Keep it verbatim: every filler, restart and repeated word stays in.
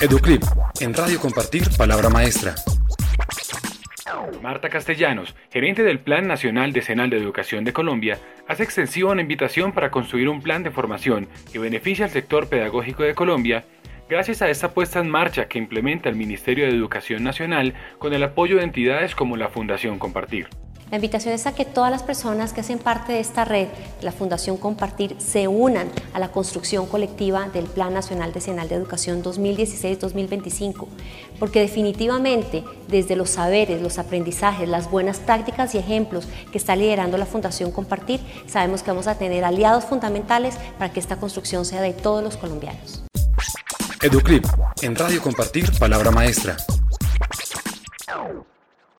Educlip, en Radio Compartir, Palabra Maestra. Marta Castellanos, gerente del Plan Nacional Decenal de Educación de Colombia, hace extensiva una invitación para construir un plan de formación que beneficie al sector pedagógico de Colombia gracias a esta puesta en marcha que implementa el Ministerio de Educación Nacional con el apoyo de entidades como la Fundación Compartir. La invitación es a que todas las personas que hacen parte de esta red, de la Fundación Compartir, se unan a la construcción colectiva del Plan Nacional Decenal de Educación dos mil dieciséis dos mil veinticinco, porque definitivamente desde los saberes, los aprendizajes, las buenas prácticas y ejemplos que está liderando la Fundación Compartir, sabemos que vamos a tener aliados fundamentales para que esta construcción sea de todos los colombianos. Educlip, en Radio Compartir, Palabra Maestra.